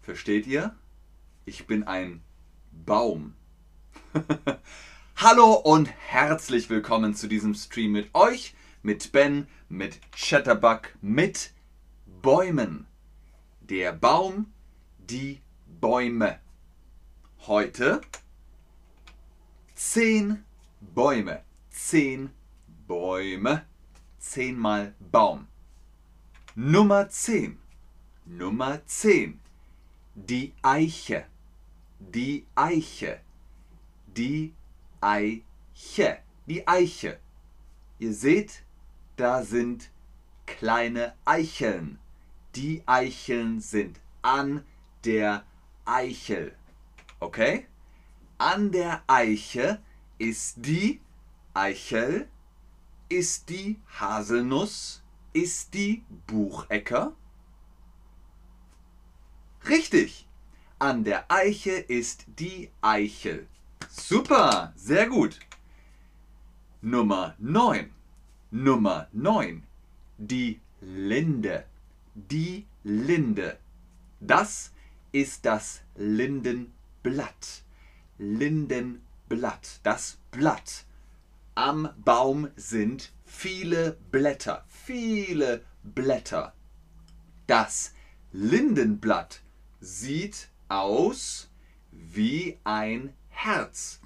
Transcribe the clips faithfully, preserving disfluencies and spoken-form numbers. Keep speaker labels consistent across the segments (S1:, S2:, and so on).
S1: Versteht ihr? Ich bin ein Baum. Hallo und herzlich willkommen zu diesem Stream mit euch, mit Ben, mit Chatterbug, mit Bäumen. Der Baum, die Bäume. Heute zehn Bäume. Zehn Bäume. Zehnmal Baum. Nummer zehn. Nummer zehn. Die Eiche. Die Eiche. Die Eiche. Die Eiche. Ihr seht, da sind kleine Eicheln. Die Eicheln sind an der Eichel. Okay? An der Eiche ist die Eichel, ist die Haselnuss, ist die Buchecker. Richtig! An der Eiche ist die Eichel. Super! Sehr gut! Nummer neun. Nummer neun. Die Linde. Die Linde. Das ist das Lindenblatt. Lindenblatt. Das Blatt. Am Baum sind viele Blätter. Viele Blätter. Das Lindenblatt sieht aus wie ein Herz.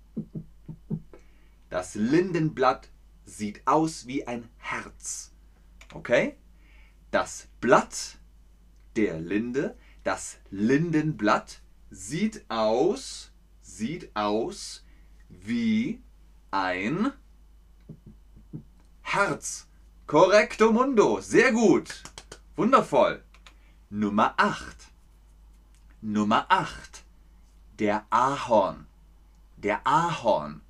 S1: Das Lindenblatt sieht aus wie ein Herz. Okay? Das Blatt der Linde, das Lindenblatt, sieht aus, sieht aus wie ein Herz. Correcto mundo. Sehr gut. Wundervoll. Nummer acht. Nummer acht. Der Ahorn. Der Ahorn.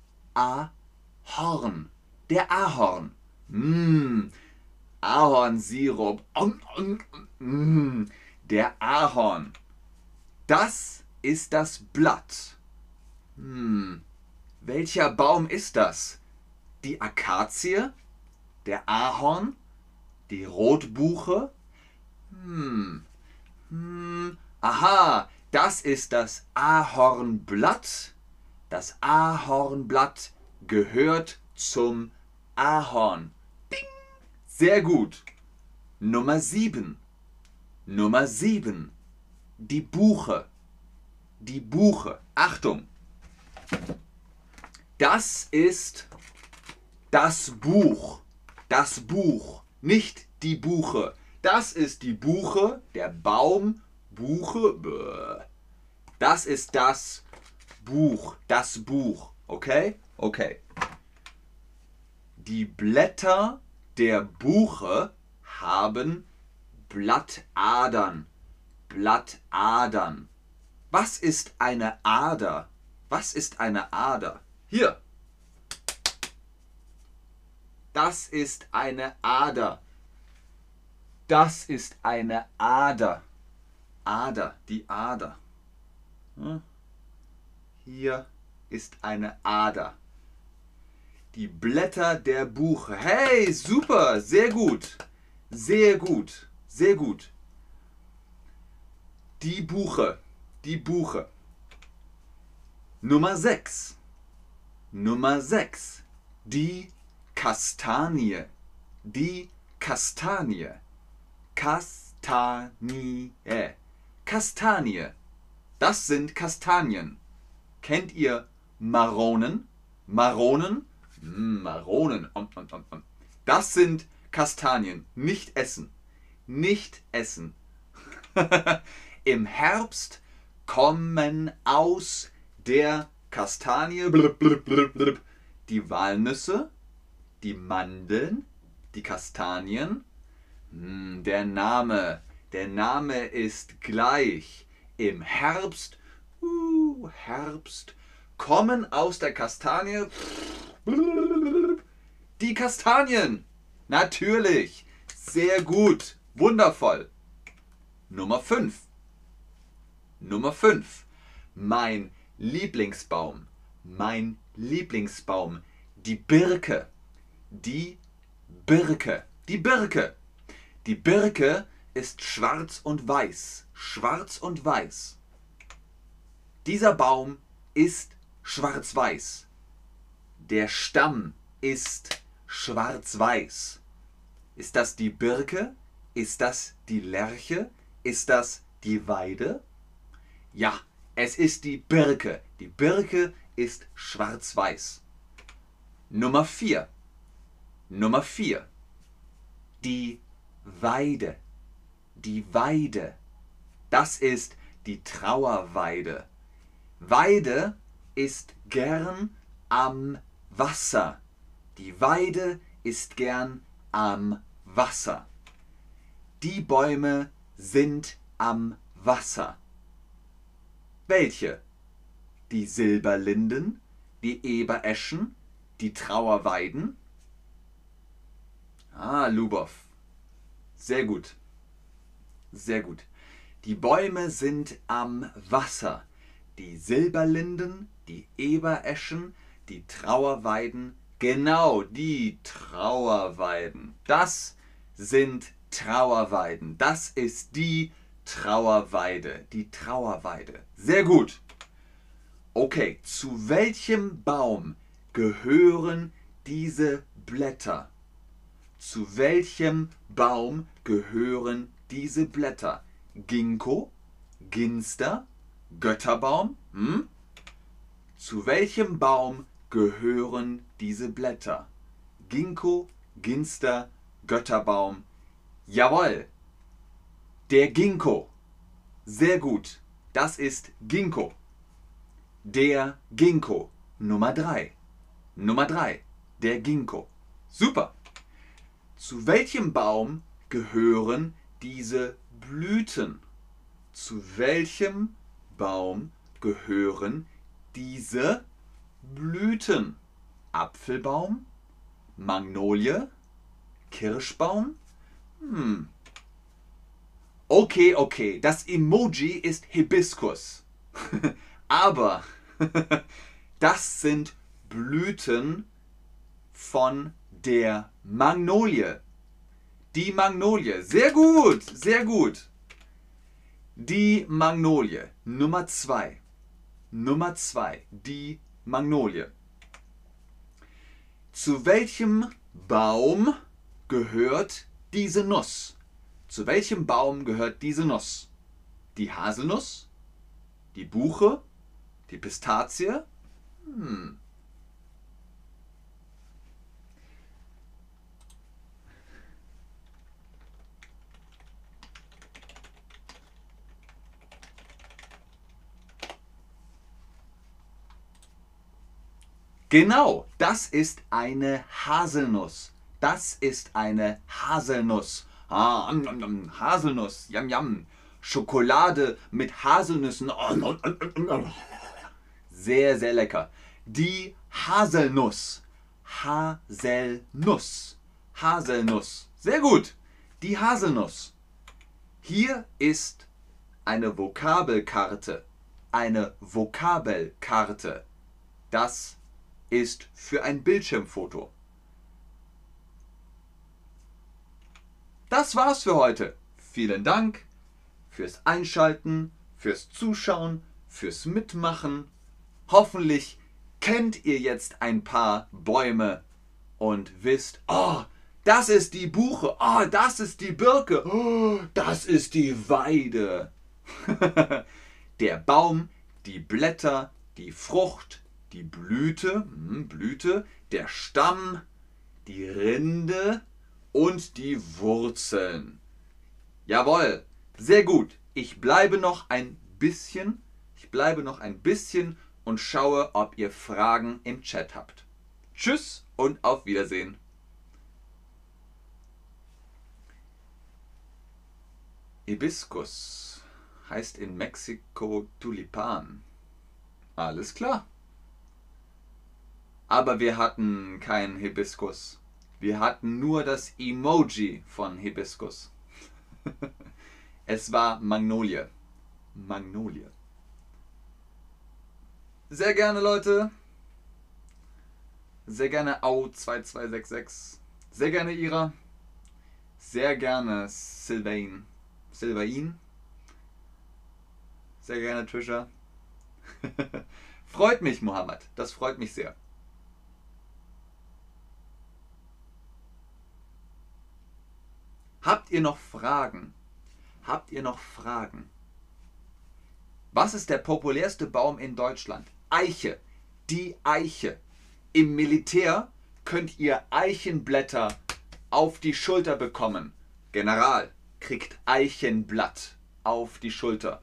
S1: Ahorn. Der Ahorn. Mmh. Ahornsirup. Mmh. Der Ahorn. Das ist das Blatt. Hm. Welcher Baum ist das? Die Akazie? Der Ahorn? Die Rotbuche? Hm. Hm. Aha, das ist das Ahornblatt. Das Ahornblatt gehört zum Ahorn. Ding. Sehr gut. Nummer sieben. Nummer sieben. Die Buche. Die Buche. Achtung. Das ist das Buch. Das Buch. Nicht die Buche. Das ist die Buche, der Baum, Buche. Das ist das Buch. Das Buch. Okay? Okay. Die Blätter der Buche haben Blattadern. Blattadern. Was ist eine Ader? Was ist eine Ader? Hier. Das ist eine Ader. Das ist eine Ader. Ader, die Ader. Hier ist eine Ader. Die Blätter der Buche. Hey, super, sehr gut. Sehr gut, sehr gut. Die Buche, die Buche. Nummer sechs. Nummer sechs. Die Kastanie. Die Kastanie. Kastanie. Kastanie. Das sind Kastanien. Kennt ihr Maronen? Maronen? Mm, Maronen. Das sind Kastanien. Nicht essen. Nicht essen. Im Herbst kommen aus der Kastanie blub, blub, blub, blub, die Walnüsse, die Mandeln, die Kastanien. Hm, der Name, der Name ist gleich. Im Herbst, uh, Herbst, kommen aus der Kastanie die Kastanien. Natürlich. Sehr gut. Wundervoll. Nummer fünf. Nummer fünf. Mein Lieblingsbaum. Mein Lieblingsbaum. Die Birke. Die Birke. Die Birke. Die Birke ist schwarz und weiß. Schwarz und weiß. Dieser Baum ist schwarz-weiß. Der Stamm ist schwarz-weiß. Ist das die Birke? Ist das die Lärche? Ist das die Weide? Ja, es ist die Birke. Die Birke ist schwarz-weiß. Nummer vier. Nummer vier. Die Weide. Die Weide. Das ist die Trauerweide. Weide ist gern am Wasser. Die Weide ist gern am Wasser. Die Bäume sind am Wasser. Welche? Die Silberlinden, die Ebereschen, die Trauerweiden? Ah, Lubow. Sehr gut. Sehr gut. Die Bäume sind am Wasser. Die Silberlinden, die Ebereschen, die Trauerweiden. Genau, die Trauerweiden. Das sind Trauerweiden. Das ist die Trauerweide. Die Trauerweide. Sehr gut. Okay, zu welchem Baum gehören diese Blätter? Zu welchem Baum gehören diese Blätter? Ginkgo, Ginster, Götterbaum? Hm? Zu welchem Baum gehören diese Blätter? Ginkgo, Ginster, Götterbaum. Jawohl, der Ginkgo. Sehr gut, das ist Ginkgo. Der Ginkgo. Nummer drei. Nummer drei, der Ginkgo. Super. Zu welchem Baum gehören diese Blüten? Zu welchem Baum gehören diese Blüten? Apfelbaum? Magnolie? Kirschbaum? Hm. Okay, okay, das Emoji ist Hibiskus. Aber das sind Blüten von der Magnolie. Die Magnolie. Sehr gut, sehr gut. Die Magnolie. Nummer zwei. Nummer zwei. Die Magnolie. Zu welchem Baum gehört diese Nuss? Zu welchem Baum gehört diese Nuss? Die Haselnuss? Die Buche? Die Pistazie? Hm. Genau, das ist eine Haselnuss. Das ist eine Haselnuss. Ah, mm, mm, Haselnuss, yam yam. Schokolade mit Haselnüssen. Oh, sehr, sehr lecker. Die Haselnuss. Haselnuss. Haselnuss. Sehr gut. Die Haselnuss. Hier ist eine Vokabelkarte. Eine Vokabelkarte. Das ist für ein Bildschirmfoto. Das war's für heute. Vielen Dank fürs Einschalten, fürs Zuschauen, fürs Mitmachen. Hoffentlich kennt ihr jetzt ein paar Bäume und wisst, oh, das ist die Buche, oh, das ist die Birke, oh, das ist die Weide. Der Baum, die Blätter, die Frucht, die Blüte, hm, Blüte, der Stamm, die Rinde und die Wurzeln. Jawohl, sehr gut. Ich bleibe noch ein bisschen, ich bleibe noch ein bisschen und schaue, ob ihr Fragen im Chat habt. Tschüss und auf Wiedersehen. Hibiskus heißt in Mexiko Tulipan. Alles klar. Aber wir hatten keinen Hibiskus. Wir hatten nur das Emoji von Hibiskus. Es war Magnolie. Magnolie. Sehr gerne, Leute. Sehr gerne Au zwei zwei sechs sechs. Sehr gerne Ira. Sehr gerne Sylvain. Silvain. Sehr gerne, Trisha. Freut mich, Mohammed. Das freut mich sehr. Habt ihr noch Fragen? Habt ihr noch Fragen? Was ist der populärste Baum in Deutschland? Eiche. Die Eiche. Im Militär könnt ihr Eichenblätter auf die Schulter bekommen. General kriegt Eichenblatt auf die Schulter.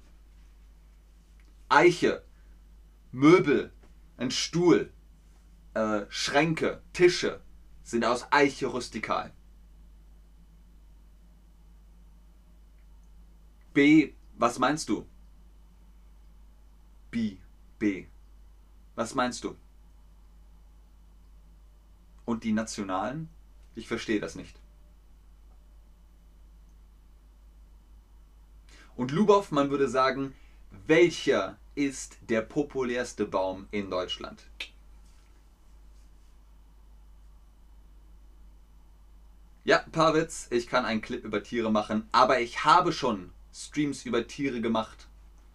S1: Eiche. Möbel. Ein Stuhl. Äh, Schränke. Tische sind aus Eiche rustikal. B. Was meinst du? B. B. Was meinst du? Und die Nationalen? Ich verstehe das nicht. Und Lubow, man würde sagen, welcher ist der populärste Baum in Deutschland? Ja, Pawitz, ich kann einen Clip über Tiere machen, aber ich habe schon Streams über Tiere gemacht.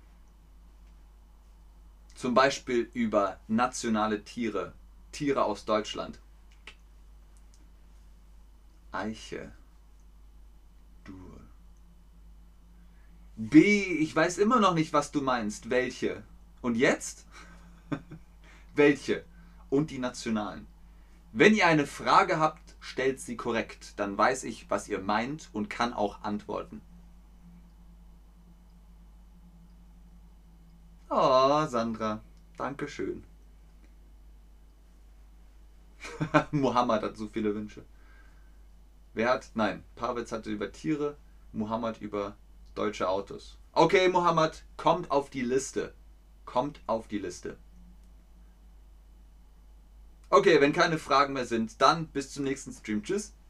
S1: Zum Beispiel über nationale Tiere, Tiere aus Deutschland. Eiche. Dur. B, ich weiß immer noch nicht, was du meinst. Welche? Und jetzt? Welche? Und die nationalen. Wenn ihr eine Frage habt, stellt sie korrekt. Dann weiß ich, was ihr meint und kann auch antworten. Oh, Sandra. Dankeschön. Mohammed hat so viele Wünsche. Wer hat? Nein, Pawitz hatte über Tiere, Mohammed über deutsche Autos. Okay, Mohammed, kommt auf die Liste. Kommt auf die Liste. Okay, wenn keine Fragen mehr sind, dann bis zum nächsten Stream. Tschüss.